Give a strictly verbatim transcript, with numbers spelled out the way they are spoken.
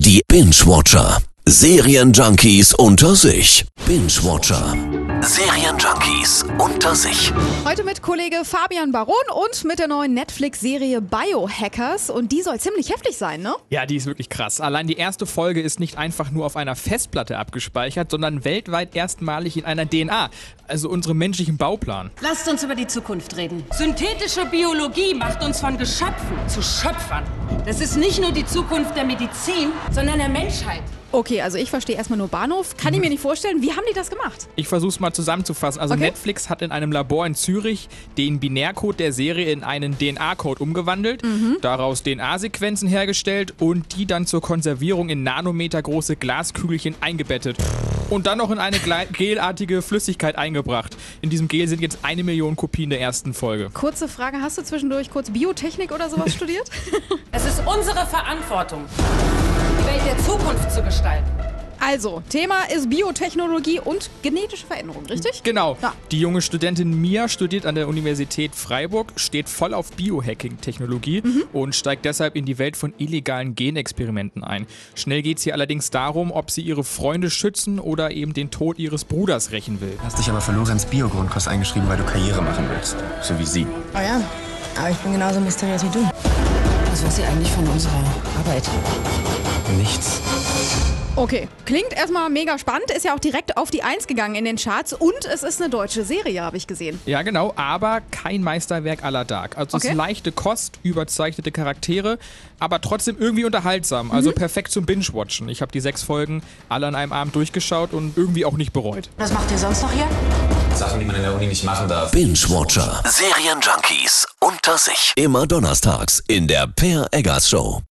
Die Binge-Watcher. Serienjunkies unter sich. Binge-Watcher. Serienjunkies unter sich. Heute mit Kollege Fabian Baron und mit der neuen Netflix-Serie Biohackers. Und die soll ziemlich heftig sein, ne? Ja, die ist wirklich krass. Allein die erste Folge ist nicht einfach nur auf einer Festplatte abgespeichert, sondern weltweit erstmalig in einer D N A, also unserem menschlichen Bauplan. Lasst uns über die Zukunft reden. Synthetische Biologie macht uns von Geschöpfen zu Schöpfern. Das ist nicht nur die Zukunft der Medizin, sondern der Menschheit. Okay, also ich verstehe erstmal nur Bahnhof. Kann ich mir nicht vorstellen. Wie haben die das gemacht? Ich versuch's mal zusammenzufassen. Also Okay. Netflix hat in einem Labor in Zürich den Binärcode der Serie in einen D N A-Code umgewandelt, daraus D N A-Sequenzen hergestellt und die dann zur Konservierung in nanometergroße Glaskügelchen eingebettet. Und dann noch in eine gle- gelartige Flüssigkeit eingebracht. In diesem Gel sind jetzt eine Million Kopien der ersten Folge. Kurze Frage, hast du zwischendurch kurz Biotechnik oder sowas studiert? Es ist unsere Verantwortung, die Welt der Zukunft zu gestalten. Also, Thema ist Biotechnologie und genetische Veränderung, richtig? Genau. Ja. Die junge Studentin Mia studiert an der Universität Freiburg, steht voll auf Biohacking-Technologie und steigt deshalb in die Welt von illegalen Genexperimenten ein. Schnell geht es hier allerdings darum, ob sie ihre Freunde schützen oder eben den Tod ihres Bruders rächen will. Hast dich aber für Lorenz Bio-Grundkurs eingeschrieben, weil du Karriere machen willst. So wie sie. Oh ja, aber ich bin genauso mysteriös wie du. Was will sie eigentlich von unserer Arbeit? Nichts. Okay, klingt erstmal mega spannend, ist ja auch direkt auf die Eins gegangen in den Charts und es ist eine deutsche Serie, habe ich gesehen. Ja, genau, aber kein Meisterwerk à la Dark. Also es Okay. ist leichte Kost, überzeichnete Charaktere, aber trotzdem irgendwie unterhaltsam. Also perfekt zum Binge-Watchen. Ich habe die sechs Folgen alle an einem Abend durchgeschaut und irgendwie auch nicht bereut. Was macht ihr sonst noch hier? Sachen, die man in der Uni nicht machen darf. Binge-Watcher. Serienjunkies unter sich. Immer donnerstags in der Per Eggers Show.